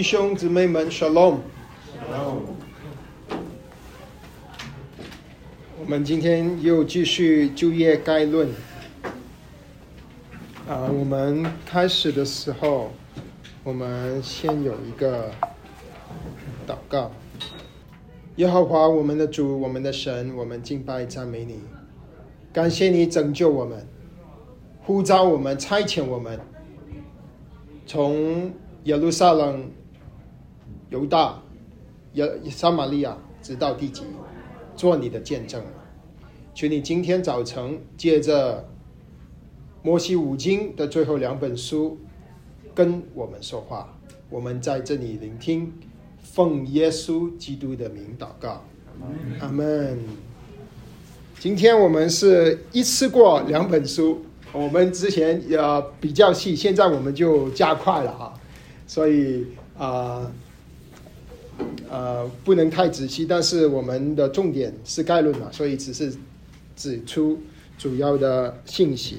兄姊妹们 Shalom。 我们今天又继续旧约概论。我们开始的时候，我们先有一个祷告。耶和华我们的主，我们的神，我们敬拜赞美你，感谢你拯救我们，呼召我们，差遣我们，从耶路撒冷、犹大、撒玛利亚直到地极，做你的见证。求你今天早晨借着摩西五经的最后2本书跟我们说话，我们在这里聆听，奉耶稣基督的名祷告，阿们。今天我们是一次过2本书，我们之前比较细，现在我们就加快了所以不能太仔细，但是我们的重点是概论嘛，所以只是指出主要的信息。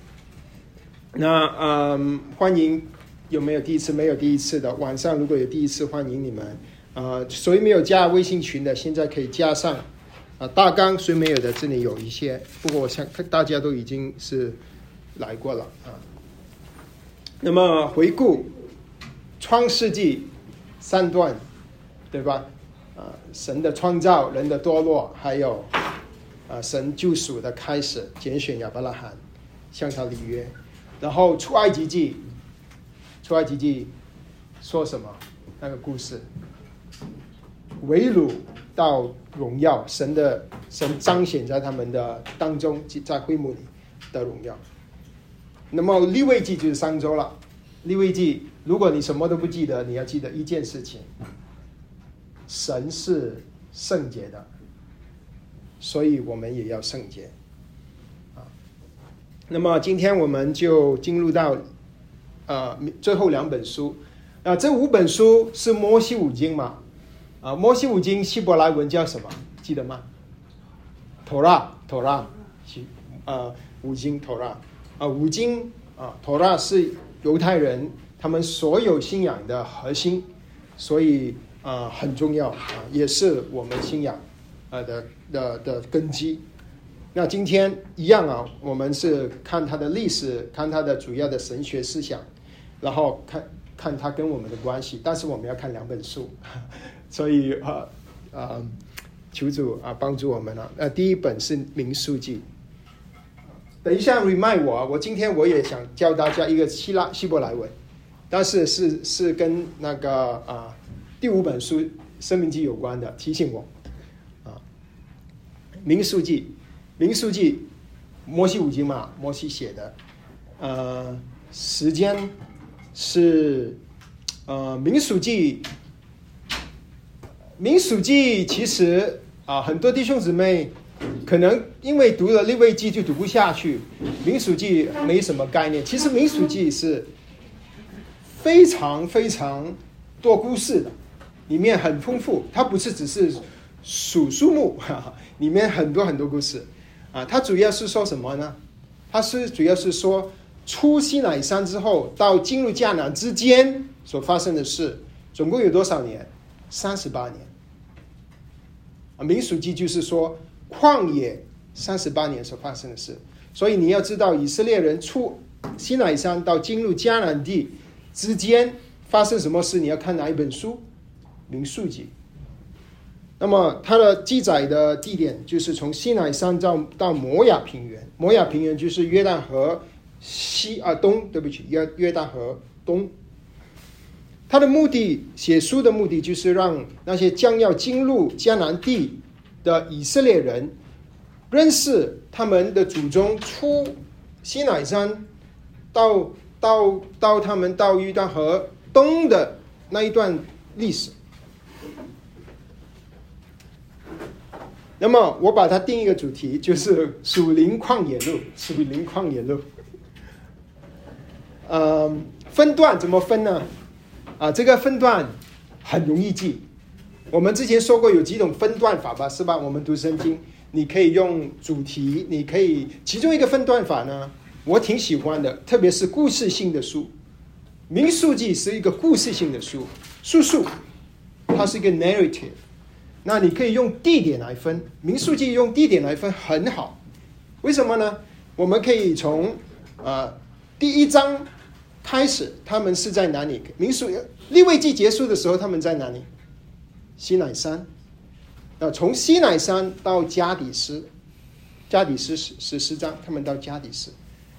那欢迎有没有第一次？没有第一次的，晚上如果有第一次，欢迎你们。谁没有加微信群的，现在可以加上。大纲谁没有的，这里有一些，不过我想大家都已经是来过了那么回顾创世纪3段，对吧？神的创造，人的堕落，还有神救赎的开始，拣选亚伯拉罕，向他立约。然后出埃及记说什么？那个故事，为辱到荣耀，神彰显在他们的当中，在会幕里的荣耀。那么利未记就是上周了。利未记，如果你什么都不记得，你要记得一件事情：神是圣洁的，所以我们也要圣洁。那么今天我们就进入到最后2本书。这5本书是摩西五经嘛？摩西五经希伯来文叫什么？记得吗？ Torah 五经 Torah 五经Torah 是犹太人他们所有信仰的核心，所以很重要也是我们信仰的根基。那今天一样我们是看它的历史，看它的主要的神学思想，然后看它跟我们的关系，但是我们要看2本书，所以求主帮助我们第一本是民数记。等一下 remind 我今天我也想教大家一个希伯来文，但是是跟那个第5本书申命记有关的，提醒我民数记摩西五经嘛，摩西写的时间是民数记其实很多弟兄姊妹可能因为读了利未记就读不下去，民数记没什么概念。其实民数记是非常非常多故事的，里面很丰富，它不是只是数目里面很多很多故事它主要是说什么呢？它是主要是说出西乃山之后到进入迦南之间所发生的事，总共有多少年？38年。民数记就是说旷野38年所发生的事。所以你要知道以色列人出西乃山到进入迦南地之间发生什么事，你要看哪一本书？民数记。那么它的记载的地点就是从西乃山到摩亚平原，摩亚平原就是约旦河东，对不起，约旦河东。他的目的，写书的目的就是让那些将要进入迦南地的以色列人认识他们的祖宗出西乃山到他们到约旦河东的那一段历史。那么我把它定一个主题，就是属灵旷野路。分段怎么分呢？这个分段很容易记。我们之前说过有几种分段法吧，是吧？我们读圣经，你可以用主题，你可以其中一个分段法呢，我挺喜欢的，特别是故事性的书。民数记是一个故事性的书， 述，它是一个 narrative。那你可以用地点来分，民数记用地点来分很好。为什么呢？我们可以从第1章开始，他们是在哪里？利未记结束的时候，他们在哪里？西乃山。从西乃山到加底斯14章，他们到加底斯。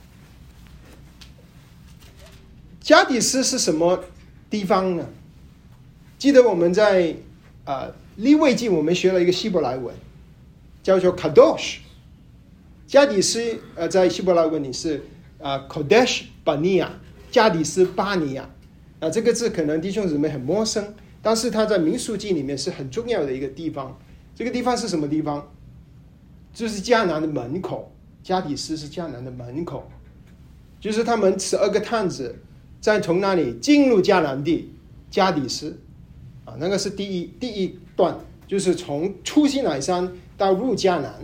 加底斯是什么地方呢？记得我们在利未记我们学了一个希伯来文，叫做 Kadosh。加底斯在希伯来文里是Kodesh Barnea， 加底斯巴尼亚。这个字可能弟兄姊妹很陌生，但是它在民数记里面是很重要的一个地方。这个地方是什么地方？就是迦南的门口，加底斯是迦南的门口，就是他们12个探子再从那里进入迦南地，加底斯那个是第一段，就是从出西乃山到入迦南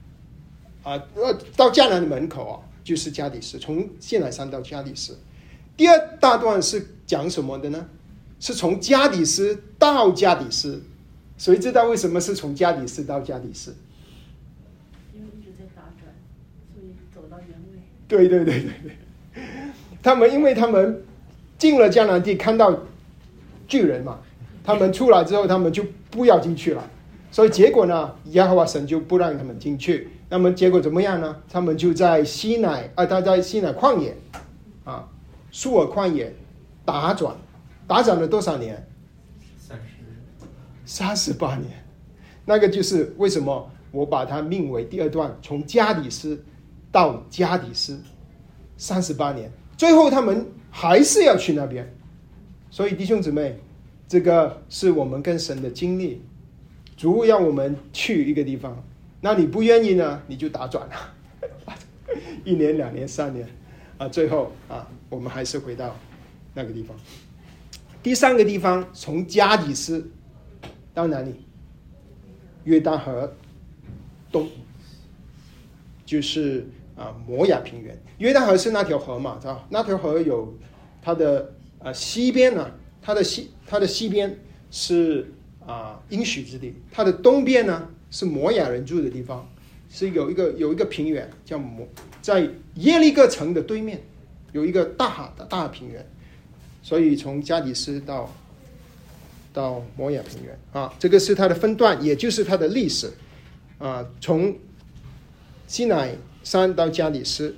到迦南的门口就是加底斯，从西乃山到加底斯。第二大段是讲什么的呢？是从加底斯到加底斯。谁知道为什么是从加底斯到加底斯？ 因为一直在打转，所以走到原位。 对，因为他们进了迦南地，看到巨人嘛，他们出来之后，他们就不要进去了，所以结果呢，耶和华神就不让他们进去。那么结果怎么样呢？他们就在西乃旷野苏尔旷野打转了多少年？38年。那个就是为什么我把它命为第2段，从加底斯到加底斯38年，最后他们还是要去那边。所以弟兄姊妹，这个是我们跟神的经历，主要我们去一个地方，那你不愿意呢，你就打转了1年2年3年最后我们还是回到那个地方。第3个地方，从加底斯到哪里？约旦河东，就是摩亚平原。约旦河是那条河嘛，知道？那条河有它的西边呢，它的西边是应许之地，它的东边呢是摩亚人住的地方，是有一个平原叫在耶利哥城的对面有一个大平原，所以从加底斯到摩亚平原这个是它的分段，也就是它的历史从西乃山到加底斯。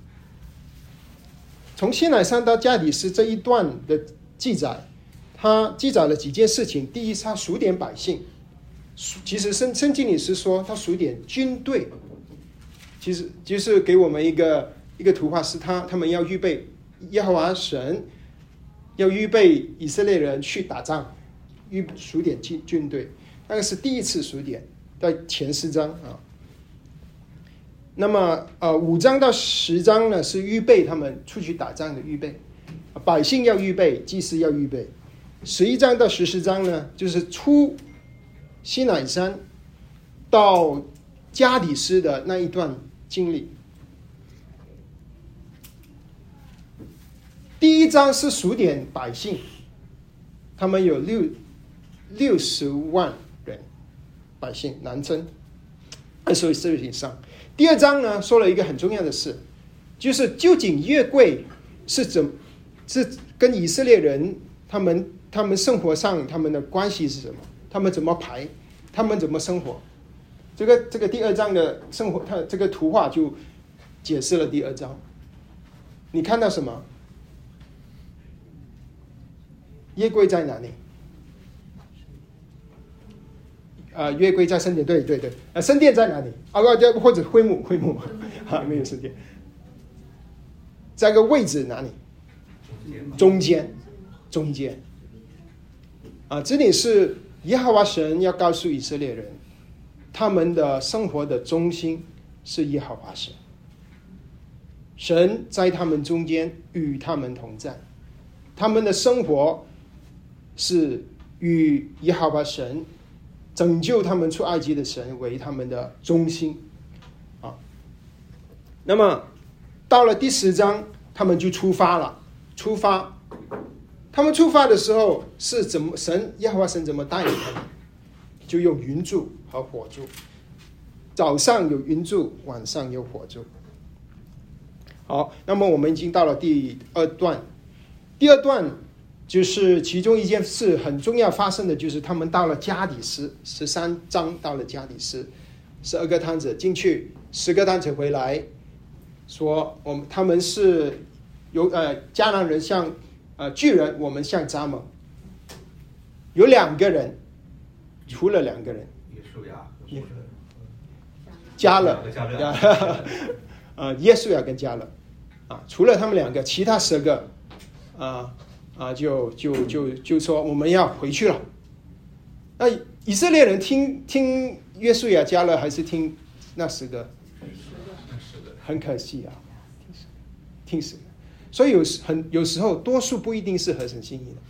从西乃山到加底斯这一段的记载，它记载了几件事情。第一，它数点百姓，其实圣经里是说它数点军队，其实就是给我们一个图画，是他们要预备，耶和华神要预备以色列人去打仗，数点军队，那个是第一次数点，在前4章那么5章到10章呢，是预备他们出去打仗的预备，百姓要预备，祭司要预备。11章到14章呢，就是出西乃山到加底斯的那一段经历。第1章是数点百姓，他们有60万人，百姓男真，20岁以上。第2章呢，说了一个很重要的事，就是究竟约柜是跟以色列人他们生活上他们的关系是什么？他们怎么排？他们怎么生活？这个第2章的生活，它这个图画就解释了第2章。你看到什么？约柜在哪里？约柜在圣殿，对，圣殿在哪里？或者会幕没有圣殿，在个位置哪里？中间。这里是耶和华神要告诉以色列人，他们的生活的中心是耶和华神，神在他们中间与他们同在，他们的生活是与耶和华神拯救他们出埃及的神为他们的中心那么到了第10章，他们就出发他们出发的时候是耶和华神怎么带领他们？就用云柱和火柱，早上有云柱，晚上有火柱。好，那么我们已经到了第二段。第二段就是其中一件事很重要发生的，就是他们到了加底斯，13章到了加底斯，12个探子进去，10个探子回来，说他们是有迦南人像巨人，我们像蚱蜢。有2个人，除了2个人，加勒，耶稣亚跟加勒，除了他们2个，其他10个，就说我们要回去了。那以色列人听约书亚加勒还是听那10个？很可惜啊，听10个。所以有时候多数不一定是合神心意的，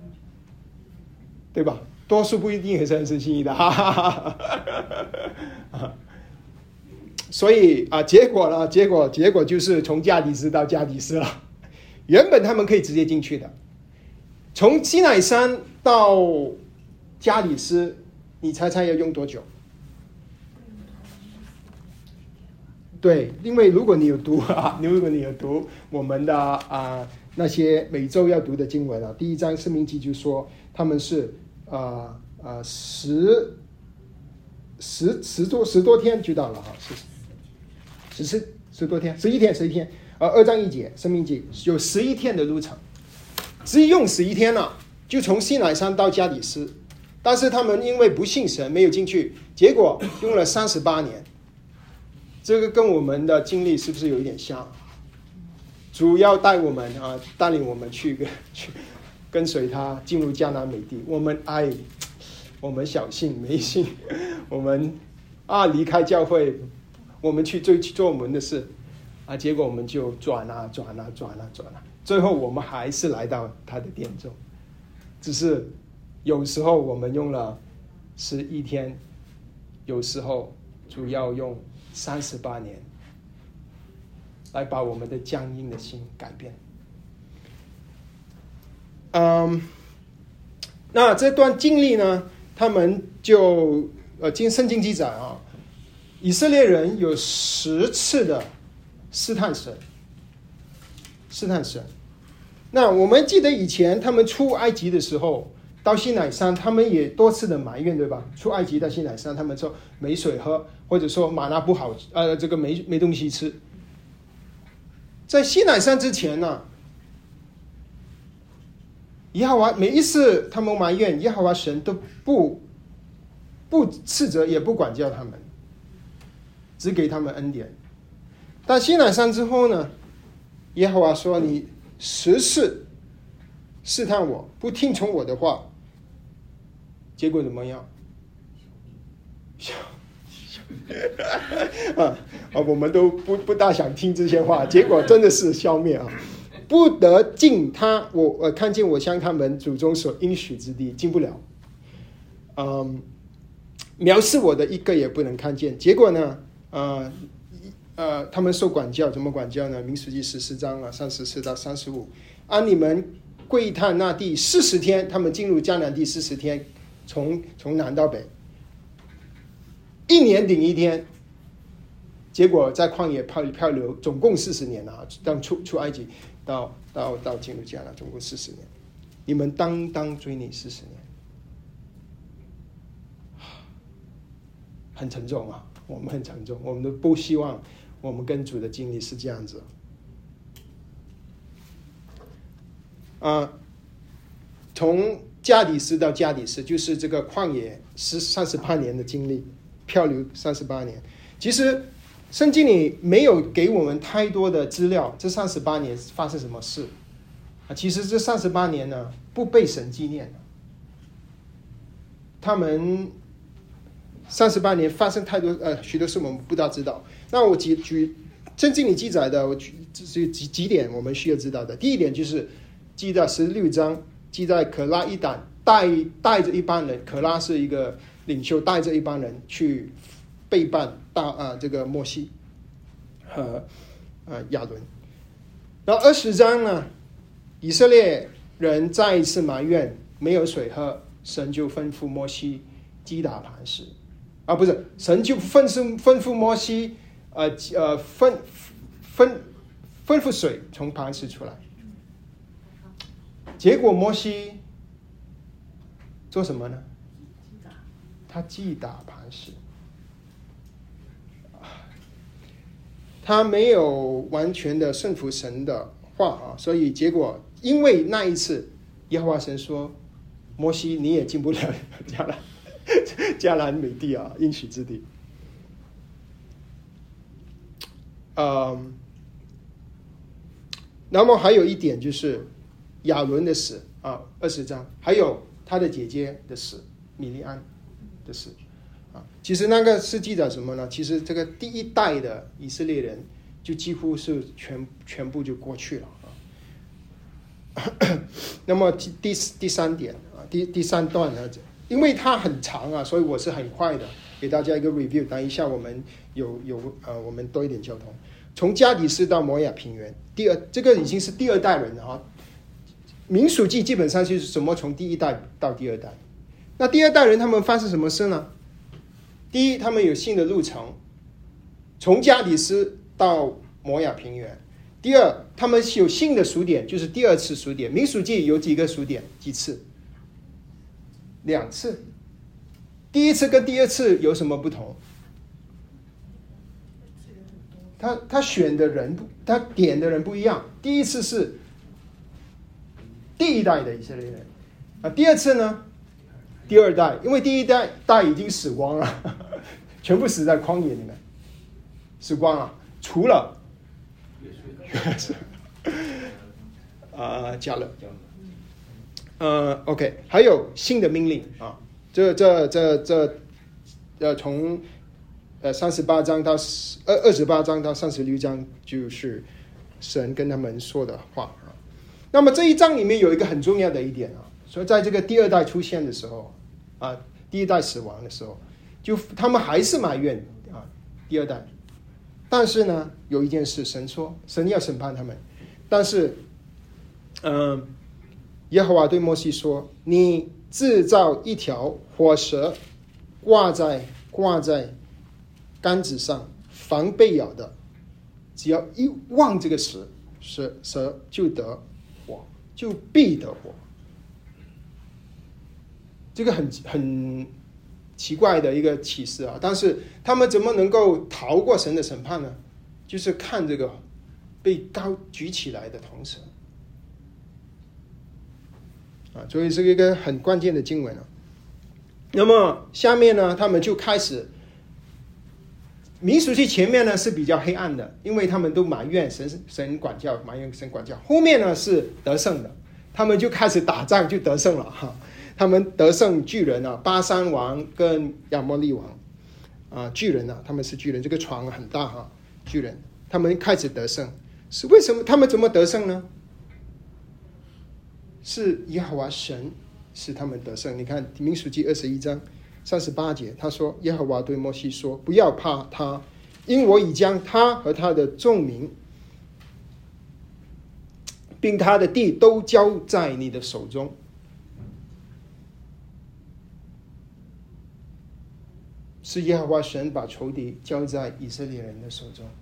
对吧？多数不一定合神心意的，哈哈哈哈。所以结果就是从加底斯到加底斯了。原本他们可以直接进去的，从西乃山到加底斯，你猜猜要用多久？对，因为如果你有读我们的那些每周要读的经文第1章申命记就说他们是十多天就到了十多天，11天，2章1节申命记有11天的路程，只用11天了，就从西乃山到加底斯，但是他们因为不信神没有进去，结果用了38年。这个跟我们的经历是不是有一点像？主要带领我们去跟随他进入迦南美地，我们小信没信，我们离开教会，我们去做我们的事结果我们就转啊，最后我们还是来到他的殿中，只是有时候我们用了11天，有时候主要用38年来把我们的僵硬的心改变。那这段经历呢，他们就圣经记载以色列人有10次的试探神。那我们记得以前他们出埃及的时候，到西乃山，他们也多次的埋怨，对吧？出埃及到西乃山，他们说没水喝，或者说玛纳不好，这个没东西吃。在西乃山之前呢，耶和华每一次他们埋怨，耶和华神都不斥责，也不管教他们，只给他们恩典。但西乃山之后呢，耶和华说：“你10次试探我，不听从我的话。”结果怎么样？我们都不大想听这些话，结果真的是消灭不得进我看见我向他们祖宗所应许之地，进不了。藐视我的一个也不能看见。结果呢，他们受管教，怎么管教呢？民数记14章34到35，按你们窥探那地40天，他们进入迦南地40天，从南到北，1年顶1天。结果在旷野漂流，总共40年当出埃及到进入迦南，总共40年。你们当追你40年，很沉重我们很沉重，我们都不希望我们跟主的经历是这样子。从加底斯到加底斯，就是这个旷野38年的经历，漂流38年。其实圣经里没有给我们太多的资料，这38年发生什么事其实这38年呢，不被神纪念。他们38年发生太多许多事我们不大知道。那我举圣经里记载的，我举几点我们需要知道的。第一点就是记在16章，记在可拉一党带着一帮人，可拉是一个领袖，带着一帮人去背叛这个摩西和亚伦。然后20章呢，以色列人再一次埋怨没有水喝，神就吩咐摩西击打磐石，不是，神就吩咐摩西吩咐水从磐石出来。结果摩西做什么呢？他击打磐石，他没有完全的顺服神的话所以结果因为那一次耶和华神说，摩西你也进不了迦南美地应许之地。那么还有一点就是亚伦的死20章，还有他的姐姐的死，米利安的死其实那个是记载什么呢？其实这个第一代的以色列人就几乎是全部就过去了那么第三点第三段呢，因为它很长所以我是很快的给大家一个 review。等一下我们我们多一点交通。从加迪斯到摩亚平原，这个已经是第二代人了民数记基本上就是什么从第一代到第二代。那第二代人他们发生什么事呢？第一，他们有新的路程，从加迪斯到摩亚平原。第二，他们有新的数点，就是第二次数点。民数记有几个数点？几次？2次。第一次跟第二次有什么不同？他选的人他点的人不一样。第一次是第一代的以色列人第二次呢，第二代，因为第一代已经死光了全部死在旷野里面，死光了，除了加勒OK， 还有新的命令这从38章到28章到36章就是神跟他们说的话那么这一章里面有一个很重要的一点所以在这个第二代出现的时候第一代死亡的时候，就他们还是埋怨第二代。但是呢，有一件事，神说神要审判他们，但是耶和华对摩西说，你制造一条火蛇挂在杆子上，防被咬的，只要一望这个蛇就得火，就必得火。这个很奇怪的一个启示但是他们怎么能够逃过神的审判呢？就是看这个被高举起来的铜蛇所以是一个很关键的经文那么下面呢，他们就开始民数记前面呢是比较黑暗的，因为他们都埋怨神管教，埋怨神管教。后面呢是得胜的，他们就开始打仗，就得胜了他们得胜巨人巴珊王跟亚摩利王巨人他们是巨人，这个床很大巨人，他们开始得胜。是为什么？他们怎么得胜呢？是耶和华神使他们得胜。你看民数记21章38节，他说耶和华对摩西说，不要怕他，因我已将他和他的众民并他的地都交在你的手中。是耶和华神把仇敌交在以色列人的手中。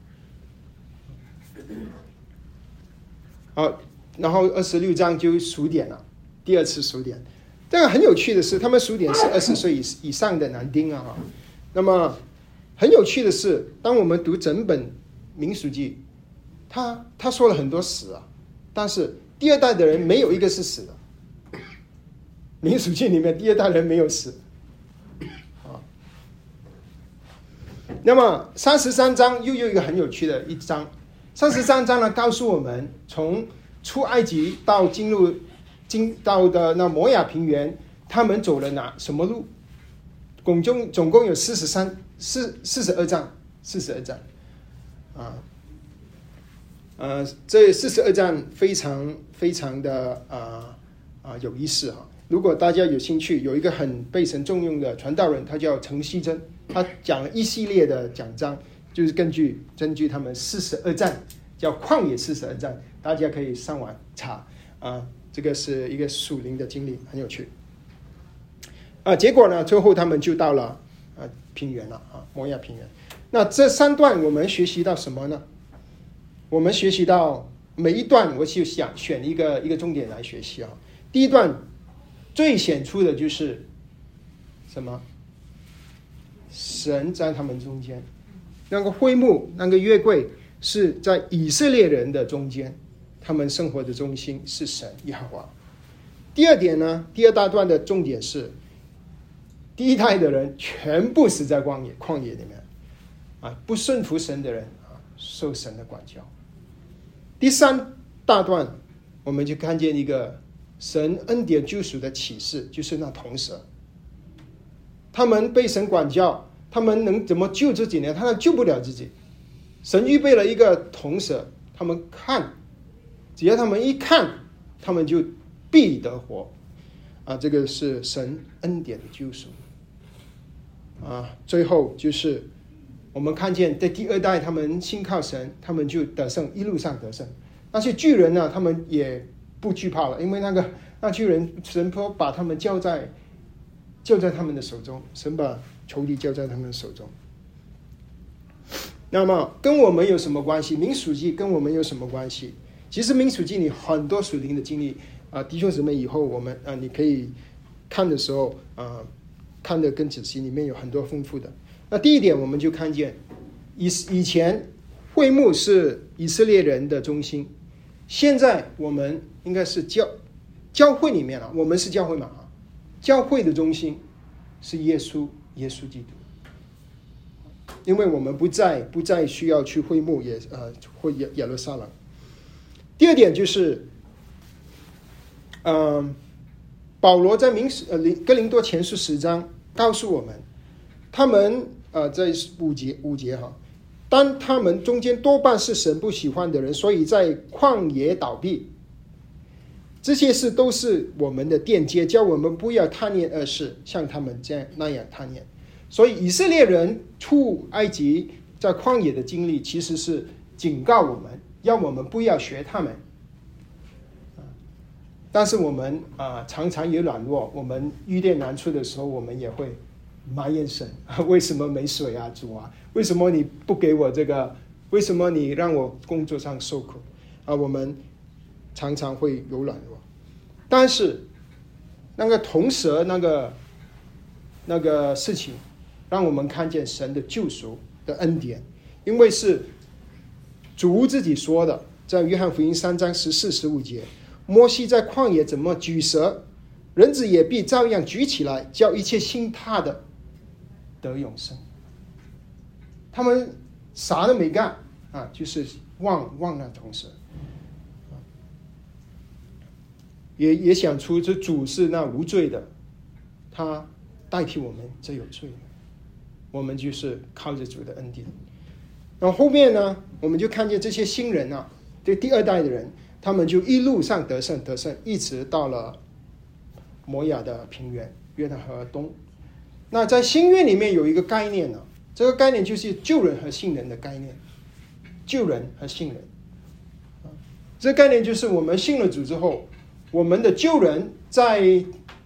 然后26章就数点了，第二次数点。这个很有趣的是，他们数点是20岁以上的男丁那么很有趣的是，当我们读整本民数记，他说了很多死但是第二代的人没有一个是死的。民数记里面第二代人没有死那么33章又有一个很有趣的一章，33章呢告诉我们，从出埃及到到的那摩亚平原，他们走了什么路？总共有42站这42站非常非常的有意思如果大家有兴趣，有一个很被神重用的传道人，他叫陈希珍，他讲了一系列的讲章，就是根据他们42站，叫旷野42站，大家可以上网查这个是一个属灵的经历，很有趣。结果呢，最后他们就到了平原了摩亚平原。那这3段我们学习到什么呢？我们学习到每一段，我就想选一个重点来学习第一段最显出的就是什么？神在他们中间，那个会幕，那个约柜是在以色列人的中间，他们生活的中心是神耶和华。第二点呢，第二大段的重点是，第一代的人全部死在旷野里面不顺服神的人受神的管教。第三大段我们就看见一个神恩典救赎的启示，就是那铜蛇，他们被神管教，他们能怎么救自己呢？他们救不了自己，神预备了一个铜蛇，他们看，只要他们一看，他们就必得活这个是神恩典的救赎最后就是我们看见在第二代，他们信靠神，他们就得胜，一路上得胜。那些巨人呢，他们也不惧怕了，因为那巨人，神把他们交在他们的手中，神把仇敌交在他们的手中。那么跟我们有什么关系？民数记跟我们有什么关系？其实民数记里很多属灵的经历弟兄姊妹，以后我们你可以看的时候看得更仔细，里面有很多丰富的。那第一点，我们就看见以前会幕是以色列人的中心，现在我们应该是教会里面我们是教会嘛教会的中心是耶稣基督，因为我们不再需要去会幕或耶路撒冷。第二点就是保罗在哥林多前书10章告诉我们，他们在五节但他们中间多半是神不喜欢的人，所以在旷野倒闭。这些事都是我们的奠基，叫我们不要贪念恶事，像他们那样贪念。所以以色列人出埃及在旷野的经历，其实是警告我们，要我们不要学他们。但是我们常常也软弱，我们遇见难处的时候，我们也会埋怨神，为什么没水主为什么你不给我这个？为什么你让我工作上受苦我们常常会有软弱。但是那个铜蛇那个事情，让我们看见神的救赎的恩典，因为是主自己说的，在约翰福音3章14、15节，摩西在旷野怎么举蛇，人子也必照样举起来，叫一切信他的得永生。他们啥都没干就是望那铜蛇也想出这主是那无罪的，他代替我们这有罪的，我们就是靠着主的恩典。然后后面呢，我们就看见这些新人这第二代的人，他们就一路上得胜，一直到了摩亚的平原，约旦河东。那在新约里面有一个概念这个概念就是救人和信人的概念。救人和信人这个概念就是我们信了主之后，我们的救人在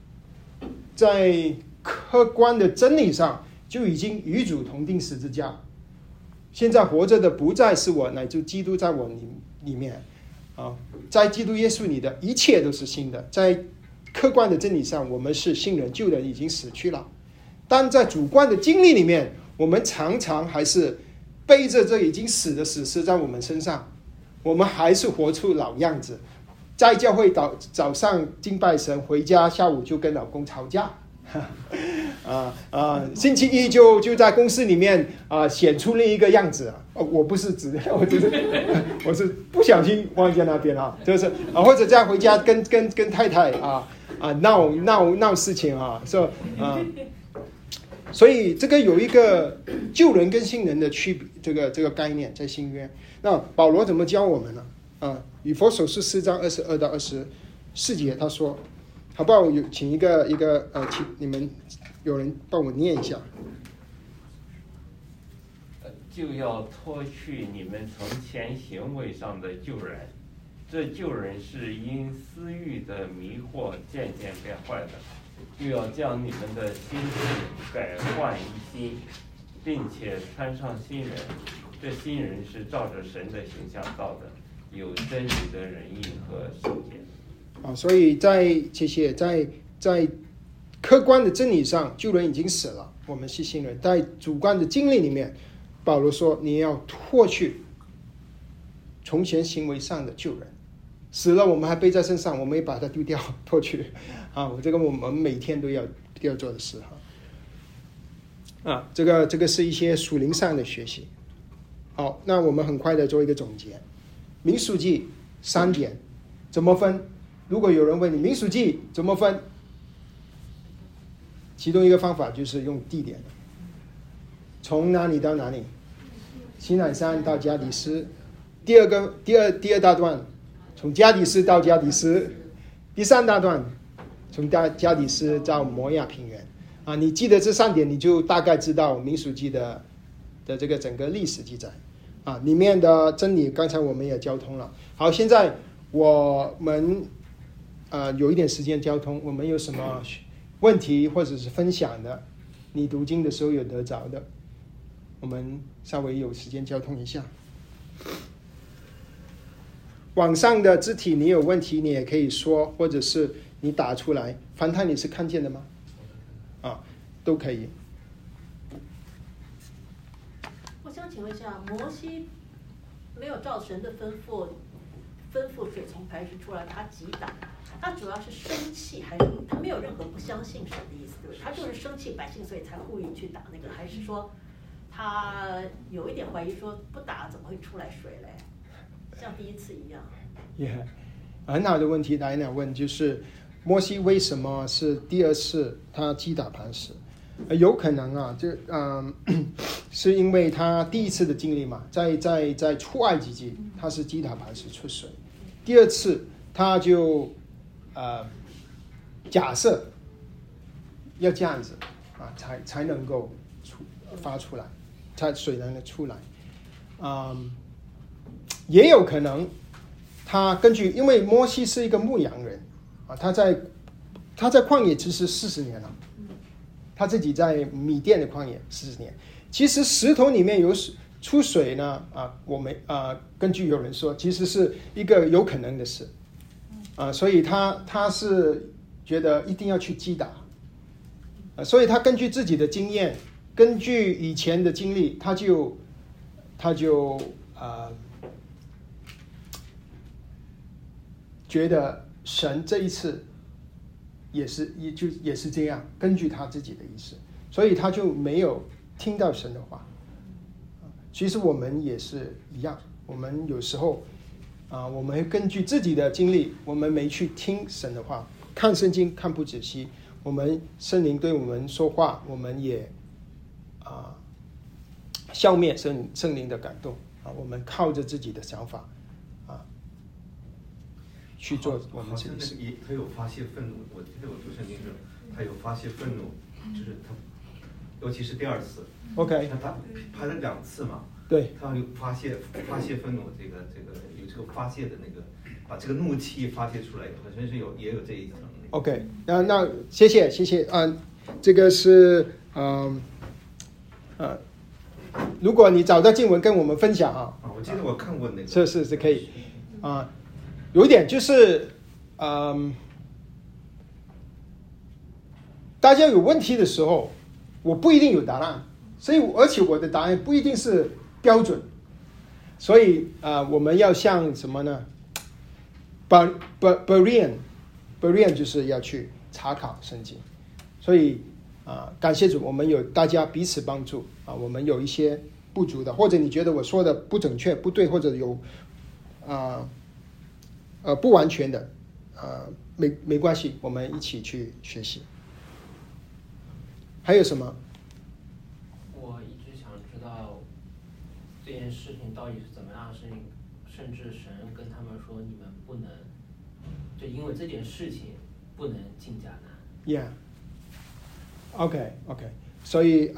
客观的真理上就已经与主同定十字架，现在活着的不再是我，乃就基督在我里面在基督耶稣里的一切都是新的。在客观的真理上，我们是信人，救人已经死去了，但在主观的经历里面，我们常常还是背着这已经死的死尸在我们身上，我们还是活出老样子，在教会早上敬拜神，回家下午就跟老公吵架星期一就在公司里面显出另一个样子我不是指我是不小心忘记那边就是或者再回家跟太太闹事情所以这个有一个救人跟信人的区别，这个概念在新约。那保罗怎么教我们呢？以弗所书4章22到24节，他说，好不好？请一个请你们有人帮我念一下。 就要脱去你们从前行为上的旧人， 这旧人是因私欲的迷惑渐渐变坏的，又要将你们的心智改换一新，并且穿上新人。这新人是照着神的形象造的，有真理的仁义和圣洁。 所以在这些在客观的真理上，旧人已经死了，我们是新人。在主观的经历里面，保罗说你要脱去从前行为上的旧人，死了我们还背在身上，我们也把它丢掉脱去这个我们每天都要做的事这个是一些属灵上的学习。好，那我们很快的做一个总结。民数记3点怎么分？如果有人问你民数记怎么分，其中一个方法就是用地点，从哪里到哪里，西乃山到加迪斯。第二大段从加迪斯到加迪斯，第3大段从加迪斯到摩亚平原你记得这3点，你就大概知道民数记的这个整个历史记载里面的真理，刚才我们也交通了。好，现在我们有一点时间交通，我们有什么问题或者是分享的，你读经的时候有得着的，我们稍微有时间交通一下。网上的肢体你有问题你也可以说，或者是你打出来。樊太你是看见的吗？都可以。 我想请问一下，摩西没有照神的吩咐水从磐石出来，他击打，他主要是生气，还是他没有任何不相信神的意思，对不对？他就是生气百姓，所以才故意去打那个，还是说他有一点怀疑，说不打怎么会出来水嘞？像第一次一样。 很好的问题，来问，就是摩西为什么是第2次他击打磐石？有可能是因为他第1次的经历嘛，在出埃及记他是击打磐石出水，第2次他就假设要这样子才能够发出来，才水能够出来。也有可能他根据，因为摩西是一个牧羊人他在旷野其实40年了，他自己在米甸的旷野40年。其实石头里面有出水呢我们根据有人说其实是一个有可能的事所以他是觉得一定要去击打所以他根据自己的经验，根据以前的经历，他就觉得神这一次也是这样，根据他自己的意思，所以他就没有听到神的话。其实我们也是一样，我们有时候我们会根据自己的经历，我们没去听神的话，看圣经看不仔细，我们圣灵对我们说话，我们也消灭圣灵的感动我们靠着自己的想法去做我们自己的事。 他有发泄愤怒，我记得我读圣经时，他有发泄愤怒，就是他，尤其是第2次。 OK， 他拍了2次嘛。 对。他有发泄愤怒，这个有这个发泄的那个，把这个怒气发泄出来，本身是也有这一层。 OK， 那谢谢这个是如果你找到经文跟我们分享我记得我看过那个。 是可以有一点就是大家有问题的时候，我不一定有答案，所以而且我的答案不一定是标准，所以我们要像什么呢？Berean 就是要去查考圣经，所以感谢主，我们有大家彼此帮助我们有一些不足的，或者你觉得我说的不准确不对，或者有不完全的没关系，我们一起去学习。还有什么？ 我一直想知道这件事情到底是怎么样的事情，甚至神跟他们说你们不能，就因为这件事情不能进迦南。 OK， 所以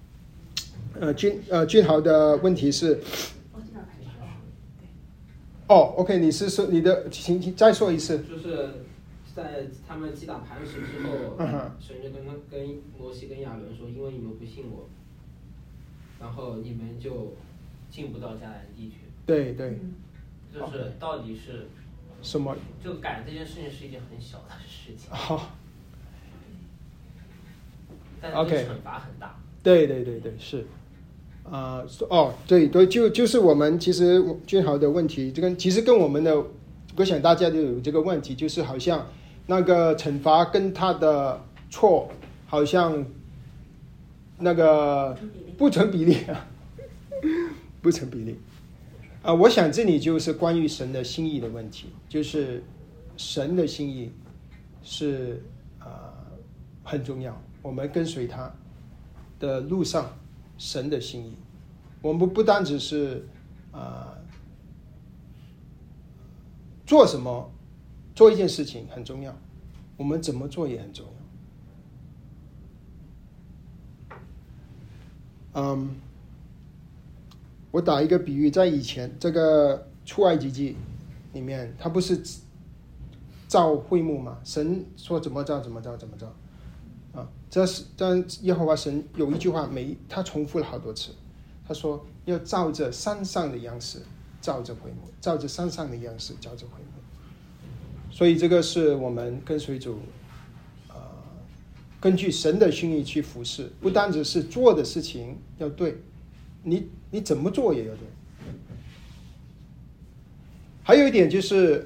俊豪的问题是哦 ，OK， 你是说你的，请再说一次。 就是在他们击打磐石之后，神就跟摩西跟亚伦说，因为你们不信我，然后你们就进不到迦南地去。 对对。 就是到底是什么？ 就赶这件事情是一件很小的事情。 好。 但是这个惩罚很大。 对对对对，是。对对，就是我们其实俊豪的问题，其实跟我们的，我想大家都有这个问题，就是好像那个惩罚跟他的错好像那个不成比例啊，不成比例。我想这里就是关于神的心意的问题，就是神的心意是很重要，我们跟随他的路上。神的心意，我们不单只是做什么，做一件事情很重要，我们怎么做也很重要。我打一个比喻，在以前这个出埃及记里面，他不是造会幕嘛？神说怎么造怎么造怎么造。但耶和华神有一句话他重复了好多次，他说要照着山上的样式照着会幕，照着山上的样式照着会幕。所以这个是我们跟随主根据神的心意去服侍，不单只是做的事情要对，你怎么做也要对。还有一点就是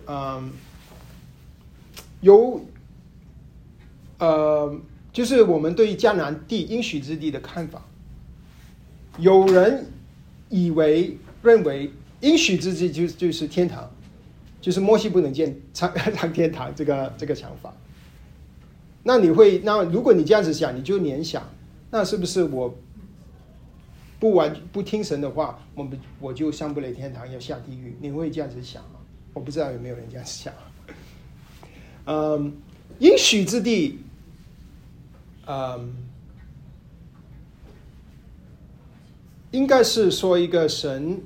就是我们对迦南地应许之地的看法，有人认为应许之地就是天堂，就是摩西不能上天堂这个想法。那如果你这样子想，你就联想，那是不是我不听神的话，我就上不了天堂，要下地狱？你会这样子想吗？我不知道有没有人这样子想。应许之地。应该是说一个神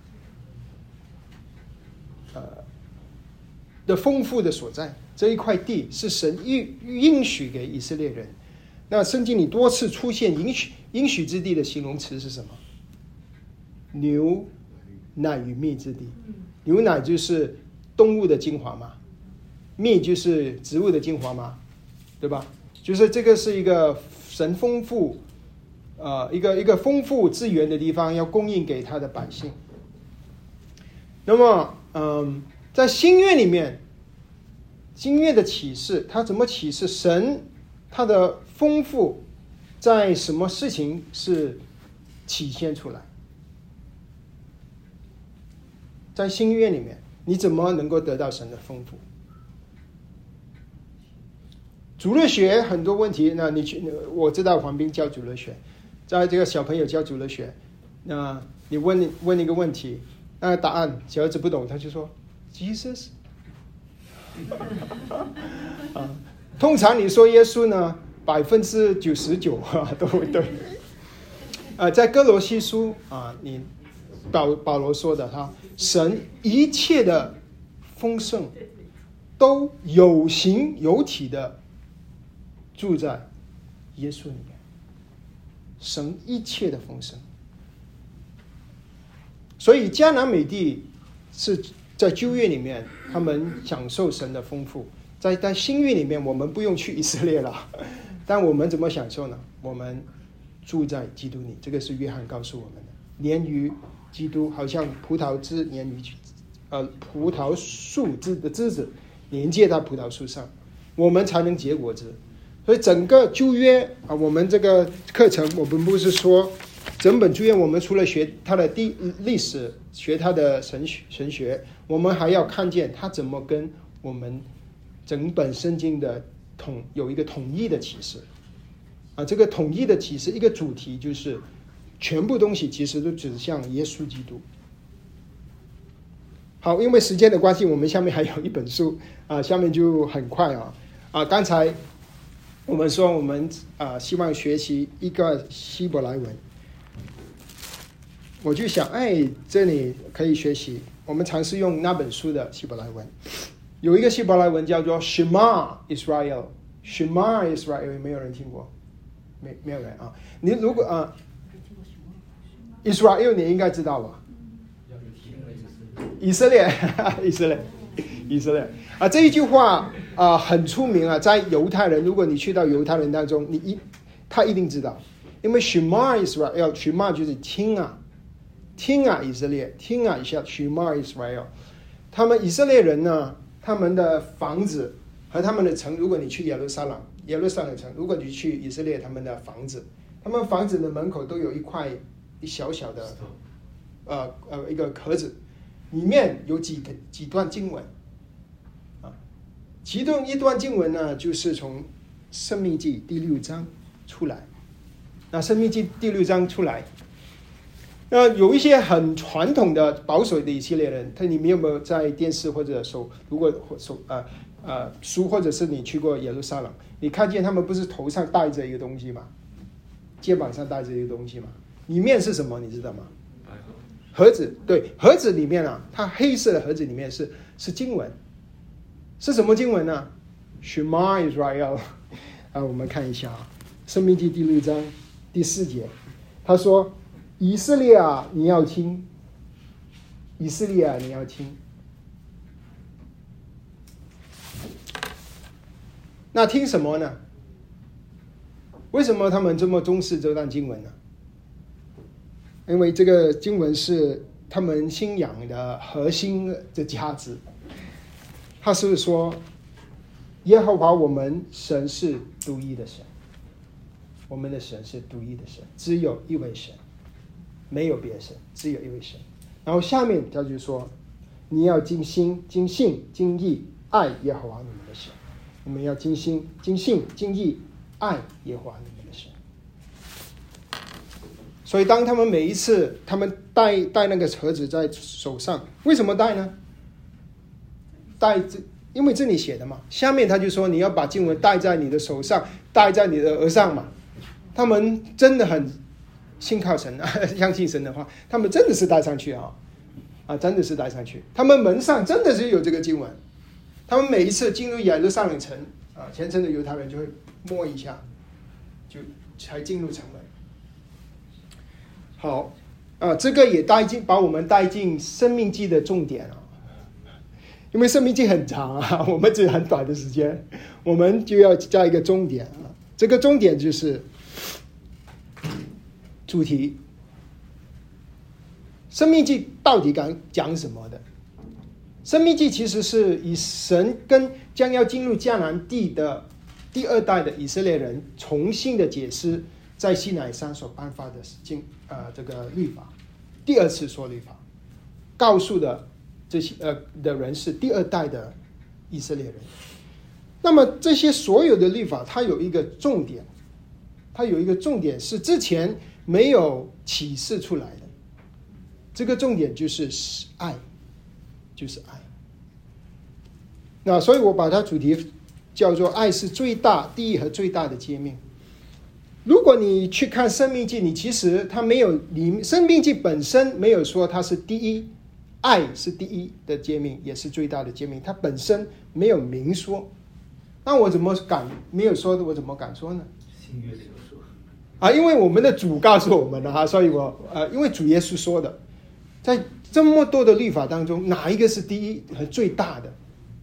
的丰富的所在，这一块地是神应许给以色列人。那圣经里多次出现应许之地的形容词是什么？牛奶与蜜之地。牛奶就是动物的精华嘛，蜜就是植物的精华嘛，对吧？就是这个是一个神丰富一个丰富资源的地方，要供应给他的百姓。那么在新约里面，新约的启示，他怎么启示神他的丰富在什么事情是体现出来？在新约里面，你怎么能够得到神的丰富？主日学很多问题，那我知道黄斌教主日学，在这个小朋友教主日学，那你问一个问题，那答案小孩子不懂，他就说 Jesus 通常你说耶稣呢，99%都会对。在哥罗西书你保罗说的，神一切的丰盛都有形有体的住在耶稣里面，神一切的丰盛。所以迦南美地是在旧约里面他们享受神的丰富，在新约里面我们不用去以色列了，但我们怎么享受呢？我们住在基督里，这个是约翰告诉我们的，连于基督，好像葡萄枝连于葡萄树枝的枝子连接到葡萄树上，我们才能结果子。所以整个旧约我们这个课程，我们不是说整本旧约我们除了学它的历史，学它的神学，我们还要看见它怎么跟我们整本圣经的有一个统一的启示这个统一的启示一个主题就是全部东西其实都指向耶稣基督。好，因为时间的关系，我们下面还有一本书下面就很快刚才我们说我们希望学习一个希伯来文，我就想这里可以学习我们尝试用那本书的希伯来文，有一个希伯来文叫做 Shema Israel。Shema Israel 有没有人听过？没有人啊。你如果Israel 你应该知道吧？以色列啊，这一句话很出名啊，在犹太人，如果你去到犹太人当中，他一定知道，因为 Shema Israel Shema 就是听啊以色列，听啊一下 Shema Israel。他们以色列人呢，他们的房子和他们的城，如果你去耶路撒冷城，如果你去以色列他们的房子，他们房子的门口都有一小小的一个壳子，里面有几段经文啊，其中一段经文呢，就是从申命记第6章出来。那申命记第6章出来，有一些很传统的保守的以色列人，你们有没有在电视或者书或者是你去过耶路撒冷，你看见他们不是头上戴着一个东西吗？肩膀上戴着一个东西吗？里面是什么你知道吗？盒子。对，盒子里面啊，它黑色的盒子里面是经文，是什么经文呢？Shema Israel 我们看一下申命记第6章第4节，他说：以色列啊，你要听，以色列啊，你要听。那听什么呢？为什么他们这么重视这段经文呢？因为这个经文是他们信仰的核心的价值。他是说，耶和华我们神是独一的神，我们的神是独一的神，只有一位神，没有别神，只有一位神。然后下面他就说，你要尽心、尽性、尽意爱耶和华你们的神。我们要尽心、尽性、尽意爱耶和华你们的神。所以当他们每一次他们带那个盒子在手上，为什么带呢？因为这里写的嘛，下面他就说你要把经文带在你的手上，带在你的额上嘛。他们真的很信靠神相信神的话，他们真的是带上去真的是带上去。他们门上真的是有这个经文，他们每一次进入耶路撒冷城虔诚的犹太人就会摸一下，就才进入城门。好这个也把我们带进申命记的重点因为申命记很长我们只有很短的时间，我们就要加一个重点这个重点就是主题。申命记到底讲什么的？申命记其实是以神跟将要进入迦南地的第2代的以色列人重新的解释在西乃山所颁发的这个律法，第2次说律法，告诉的这些的人是第2代的以色列人。那么这些所有的律法，它有一个重点，是之前没有启示出来的。这个重点就是爱，就是爱。那所以我把它主题叫做爱是第一和最大的诫命。如果你去看申命记，你其实它没有，申命记本身没有说它是第一，爱是第一的诫命，也是最大的诫命，它本身没有明说。那我怎么没有说的，我怎么敢说呢？ 新约里有说因为我们的主告诉我们的所以因为主耶稣说的，在这么多的律法当中，哪一个是第一和最大的？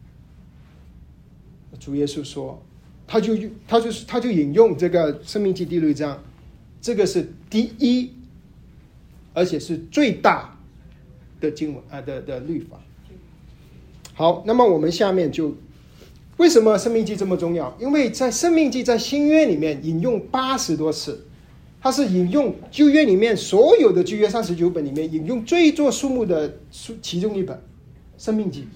主耶稣说，他就引用这个申命记第6章，这个是第一，而且是最大的经文的律法。好，那么我们下面就为什么申命记这么重要？因为在申命记在新约里面引用80多次，它是引用旧约里面所有的旧约39本里面引用最多数目的其中一本申命记。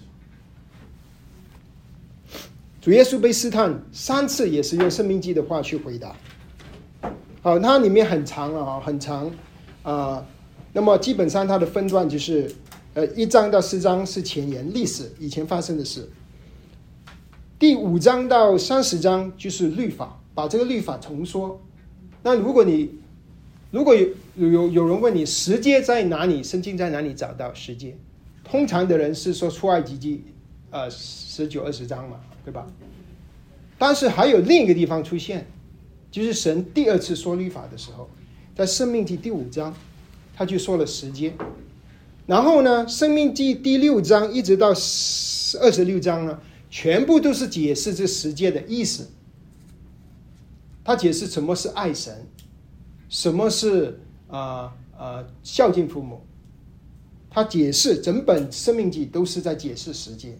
主耶稣被试探3次，也是用申命记的话去回答。好，它里面很长很长那么基本上它的分段就是1章到4章是前言，历史以前发生的事。第5章到30章就是律法，把这个律法重说。那如果有人问你十诫在哪里，圣经在哪里找到十诫？ 通常的人是说出埃及记19、20章嘛，对吧？但是还有另一个地方出现，就是神第二次说律法的时候，在申命记第5章，他就说了时间。然后呢，申命记第6章一直到26章呢，全部都是解释这时间的意思。他解释什么是爱神，什么是孝敬父母。他解释整本申命记都是在解释时间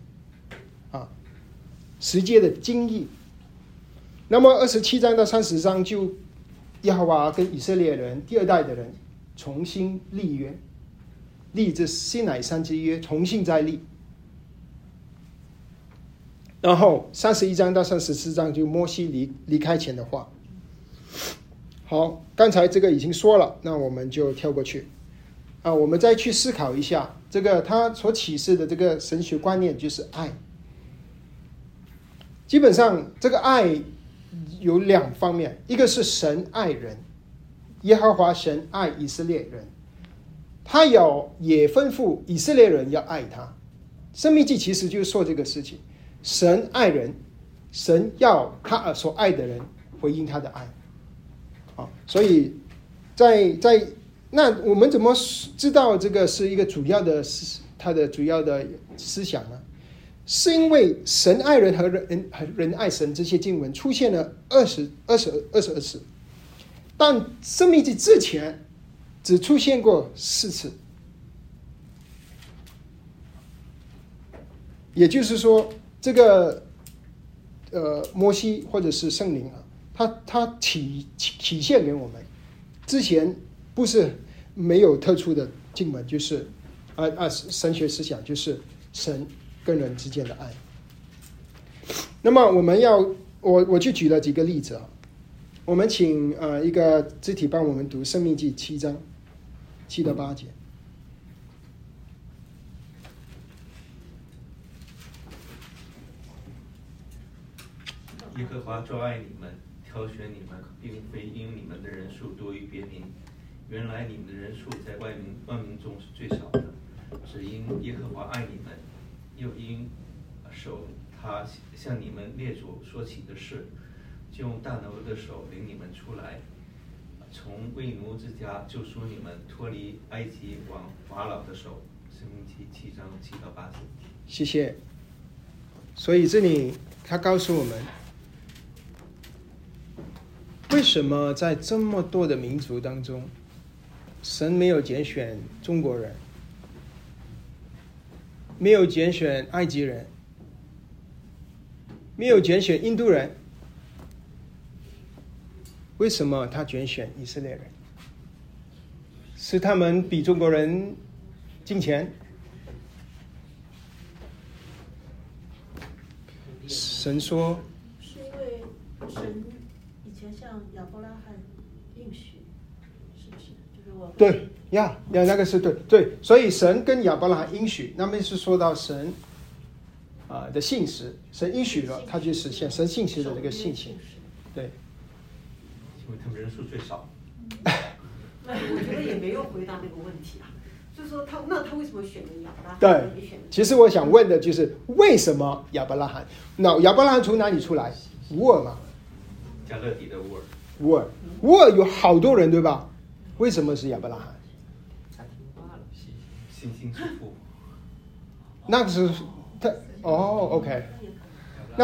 时间的经义。那么27章到30章就耶和华跟以色列人第2代的人重新立约，立这西乃山之约，重新再立。然后31章到34章就摩西离开前的话。好，刚才这个已经说了，那我们就跳过去我们再去思考一下这个他所启示的这个神学观念，就是爱。基本上这个爱有2方面，一个是神爱人，耶和华神爱以色列人，他也吩咐以色列人要爱他。申命记其实就是说这个事情，神爱人，神要他所爱的人回应他的爱所以那我们怎么知道这个是一个他的主要的思想呢？是因为神爱人和人爱神这些经文出现了22次，但申命记之前只出现过4次。也就是说，这个摩西或者是圣灵他体现给我们，之前不是没有特殊的经文，就是神学思想就是神跟人之间的爱。那么我就举了几个例子我们请一个肢体帮我们读申命记7章7到8节。 耶和华专爱你们，挑选你们，并非因你们的人数多于别民。原来你们的人数在万民中是最少的，只因耶和华爱你们，又因守他向你们列祖说起的事，就用大能的手领你们出来，从为奴之家救赎你们，脱离埃及王法老的手。申命记7章7到8节。 谢谢。所以这里他告诉我们，为什么在这么多的民族当中，神没有拣选中国人，没有拣选埃及人，没有拣选印度人，为什么他拣选以色列人？是他们比中国人敬虔？神说是因为神以前向亚伯拉罕应许，是不是？就是我对呀，那个是对，所以神跟亚伯拉罕应许，那么是说到神的信实，神应许了，他就实现神信实的这个信心。对， 因为他们人数最少。 我觉得也没有回答那个问题就是说他为什么选了亚伯拉罕？ 对，其实我想问的就是为什么亚伯拉罕？那亚伯拉罕从哪里出来？乌尔嘛， 加勒底的乌尔。 乌尔有好多人对吧？为什么是亚伯拉罕？ 他听话了， 信心之父。 那个是他OK， 那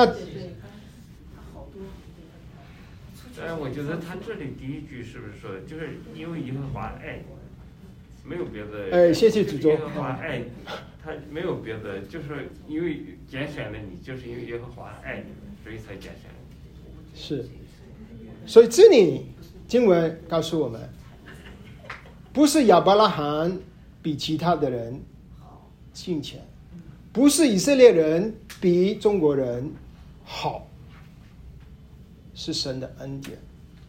我觉得他这里第一句是不是说，就是因为耶和华爱，没有别的。 谢谢主耶和华爱，他没有别的，就是因为拣选了你，就是因为耶和华爱你，所以才拣选了你。 是，所以这里经文告诉我们，不是亚伯拉罕比其他的人敬虔，不是以色列人比中国人好，是神的恩典，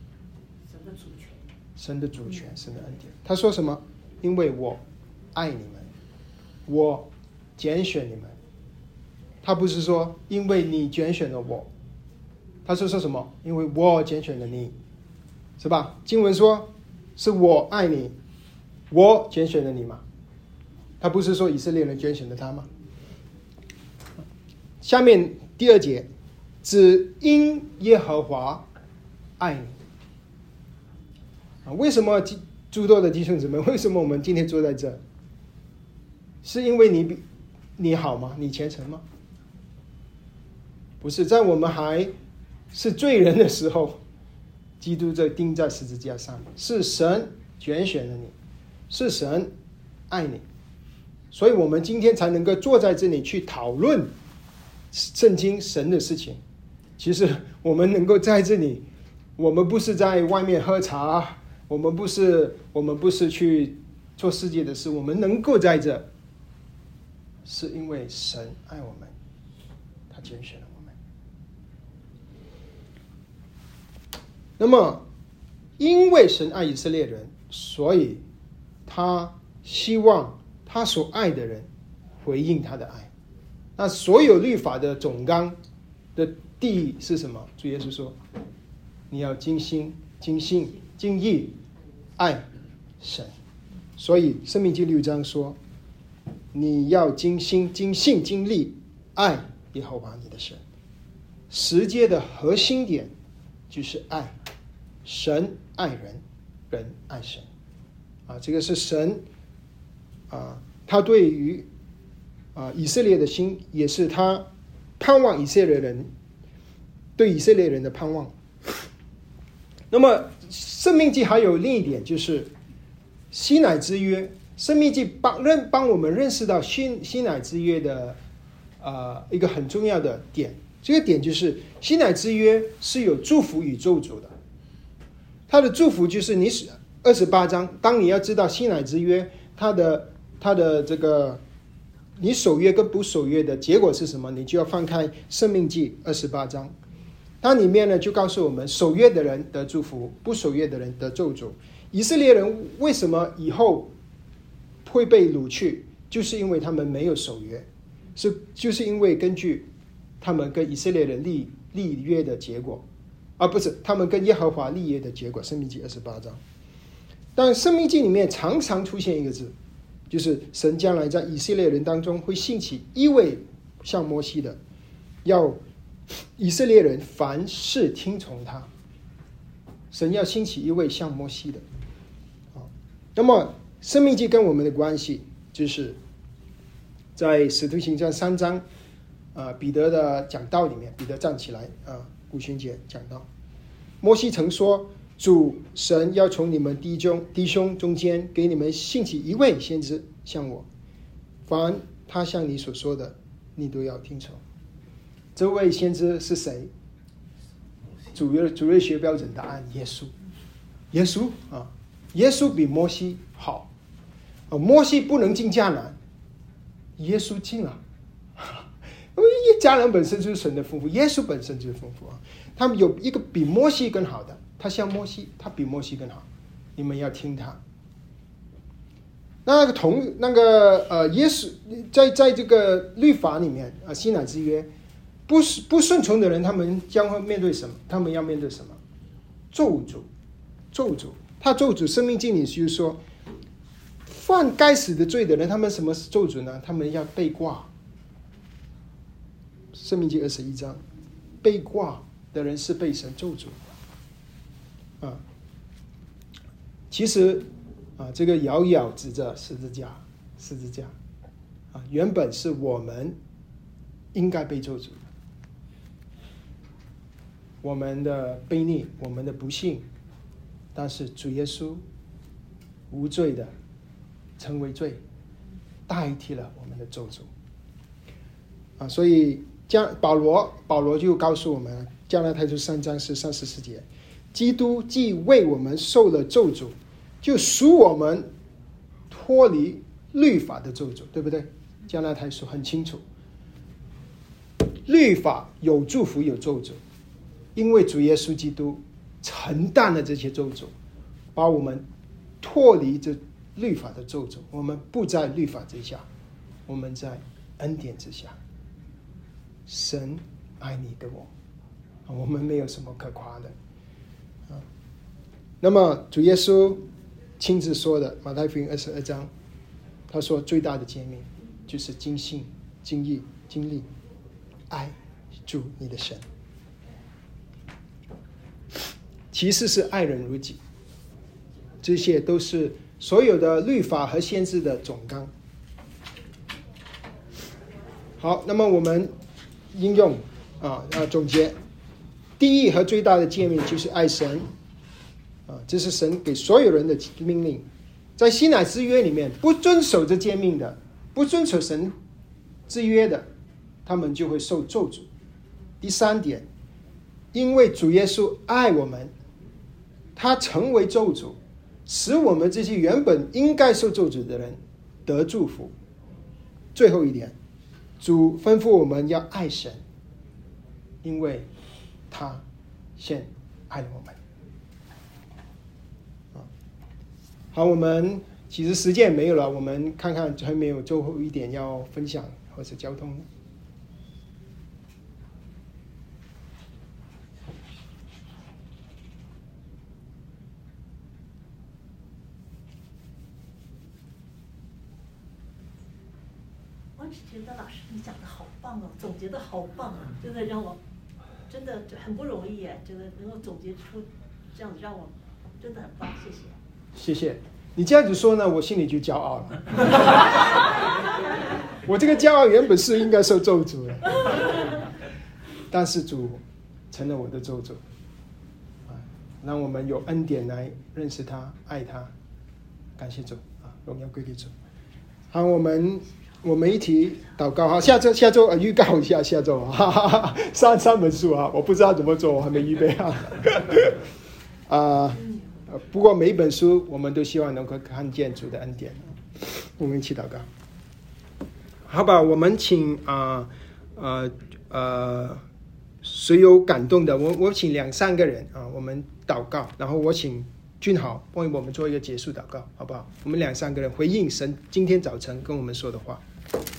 神的主权，神的恩典。他说什么？因为我爱你们，我拣选你们。他不是说因为你拣选了我，他是说什么？因为我拣选了你，是吧？经文说是我爱你，我拣选了你嘛。 他不是说以色列人拣选了他吗？下面第2节，只因耶和华爱你。为什么诸多的弟兄姊妹，为什么我们今天坐在这？是因为你好吗？你虔诚吗？不是，在我们还是罪人的时候，基督就钉在十字架上，是神拣选了你，是神爱你，所以我们今天才能够坐在这里去讨论圣经神的事情。其实我们能够在这里，我们不是在外面喝茶，我们不是去做世界的事，我们能够在这，是因为神爱我们，他拣选了我们。那么因为神爱以色列人，所以他希望他所爱的人回应他的爱。那所有律法的总纲的第一是什么？主耶稣说，你要尽心尽性尽意爱神。所以申命记6章说，你要尽心尽性尽力爱耶和华你的神。十诫的核心点就是爱，神爱人，人爱神。这个是神他对于以色列的心，也是他盼望以色列人对以色列人的盼望。那么申命记还有另一点，就是西乃之约。申命记帮我们认识到西乃之约的一个很重要的点，这个点就是西乃之约是有祝福与咒诅的。它的祝福就是你28章，当你要知道西乃之约它的这个你守约跟不守约的结果是什么，你就要翻开申命记28章。它里面呢就告诉我们，守约的人得祝福，不守约的人得咒诅。以色列人为什么以后会被掳去，就是因为他们没有守约，就是因为根据他们跟以色列人立约的结果，不是他们跟耶和华立约的结果。申命记28章。但申命记里面常常出现一个字，就是神将来在以色列人当中会兴起一位像摩西的，要以色列人凡事听从他。神要兴起一位像摩西的。那么申命记跟我们的关系，就是在使徒行传3章彼得的讲道里面，彼得站起来五旬节讲道，摩西曾说，主神要从你们弟兄中间给你们兴起一位先知像我，凡他像你所说的，你都要听从。这位先知是谁？主日学标准答案：耶稣。耶稣比摩西好。摩西不能进迦南，耶稣进了。因为迦南本身就是神的吩咐，耶稣本身就是吩咐他们有一个比摩西更好的，他像摩西，他比摩西更好，你们要听他。耶稣在这个律法里面西乃之约，不顺从的人，他们将会面对什么？他们要面对什么？咒诅。他咒诅申命记里就是说，犯该死的罪的人，他们什么是咒诅呢？他们要被挂。申命记21章，被挂的人是被神咒诅。其实这个遥遥指着十字架原本是我们应该被咒诅的，我们的悖逆，我们的不幸，但是主耶稣无罪的成为罪，代替了我们的咒诅。所以保罗就告诉我们，加拉太书3章13、14节，基督既为我们受了咒诅，就赎我们脱离律法的咒诅，对不对？加拉太书很清楚，律法有祝福有咒诅，因为主耶稣基督承担了这些咒诅，把我们脱离这律法的咒诅，我们不在律法之下，我们在恩典之下。神爱你跟我，我们没有什么可夸的。那么主耶稣亲自说的，马太福音22章， 他说最大的诫命就是尽心尽意尽力爱主你的神，其次是爱人如己，这些都是所有的律法和先知的总纲。好，那么我们应用总结，第一和最大的诫命就是爱神这是神给所有人的命令。在西乃之约里面，不遵守这诫命的，不遵守神之约的，他们就会受咒诅。第三点，因为主耶稣爱我们，他成为咒诅，使我们这些原本应该受咒诅的人得祝福。最后一点，主吩咐我们要爱神，因为他先爱了我们。好，我们其实时间也没有了，我们看看还没有最后一点要分享或者交通。 我只觉得老师你讲的好棒哦，总结的好棒啊，真的让我真的很不容易哎，觉得能够总结出这样子让我真的很棒，谢谢。 谢谢你这样子说呢，我心里就骄傲了。我这个骄傲原本是应该受咒诅的，但是主成了我的咒诅，让我们有恩典来认识他、爱他。感谢主荣耀归给主。好，我们一起祷告哈。下周预告一下，下周三本书我不知道怎么做，我还没预备不过每一本书我们都希望能够看见主的恩典。我们一起祷告，好吧？我们请谁有感动的，我请2-3个人我们祷告，然后我请俊豪为我们做一个结束祷告，好不好？我们2-3个人回应神今天早晨跟我们说的话。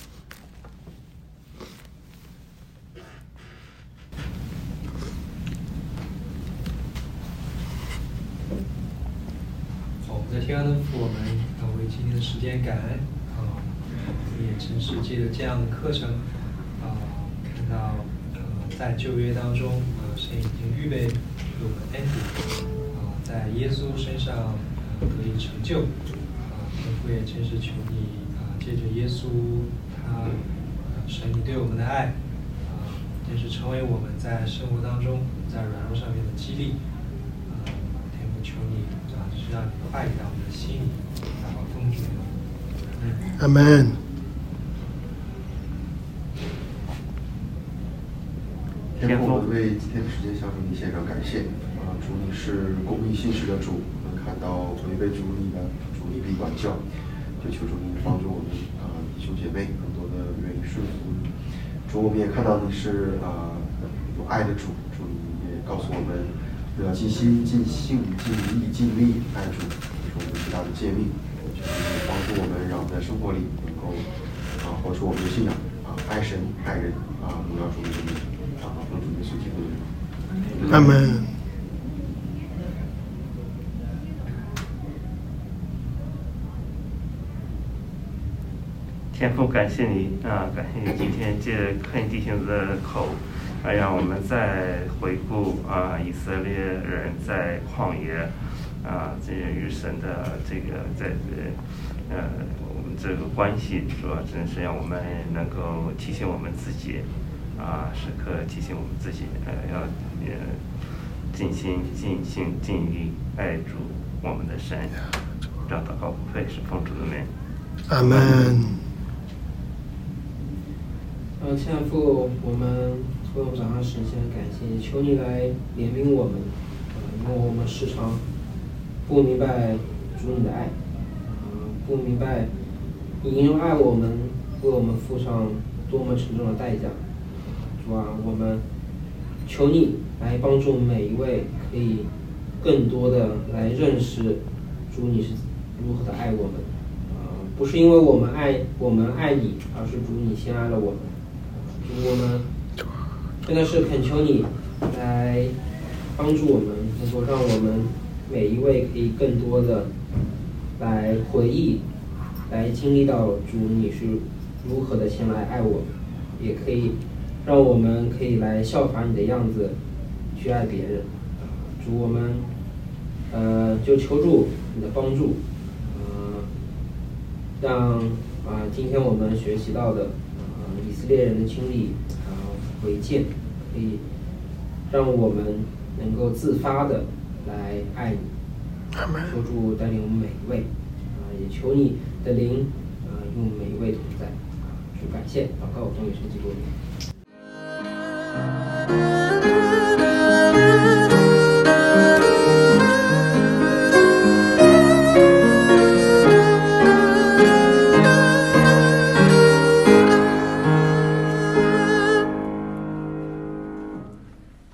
在天上的父，我们为今天的时间感恩也真是借着这样的课程看到在旧约当中神已经预备给我们恩典在耶稣身上得以成就我也真是求你借着耶稣他神你对我们的爱真是成为我们在生活当中在软弱上面的激励天父求你就是让你的话语在我们的心里达到丰足。 阿们。 天父，我们为今天的时间向主你献上感谢主你是公义信实的主，我们看到违背主你的主你必管教，就求主你帮助我们弟兄姐妹更多的愿意顺服你。主，我们也看到你是有爱的主，主你也告诉我们不要尽心尽性尽意尽力爱主，这是我们最大的诫命。求你帮助我们，让我们在生活里能够活出我们的信仰爱神爱人荣耀主的名奉主耶稣基督的名。 阿们。 天父，感谢你感谢你今天借看弟兄的口让我们再回顾以色列人在旷野这与神的这个在我们这个关系，说真是让我们能够提醒我们自己时刻提醒我们自己要尽心尽性尽力爱主我们的神，让祷告不费是奉主的名。 阿们。 亲爱的父，我们为我们早上实现感谢，求你来怜悯我们，因为我们时常不明白主你的爱，不明白你因为爱我们，为我们付上多么沉重的代价。主啊，我们求你来帮助每一位，可以更多的来认识主你是如何的爱我们。不是因为我们爱你，而是主你先爱了我们。我们真的是恳求你来帮助我们，能够让我们每一位可以更多的来回忆来经历到主你是如何的前来爱我们，也可以让我们可以来效法你的样子去爱别人。主我们就求助你的帮助，让今天我们学习到的以色列人的经历为鉴，可以让我们能够自发的来爱你。求主带领我们每一位，也求你的灵与我们每一位同在。主感谢祷告奉耶稣基督的名。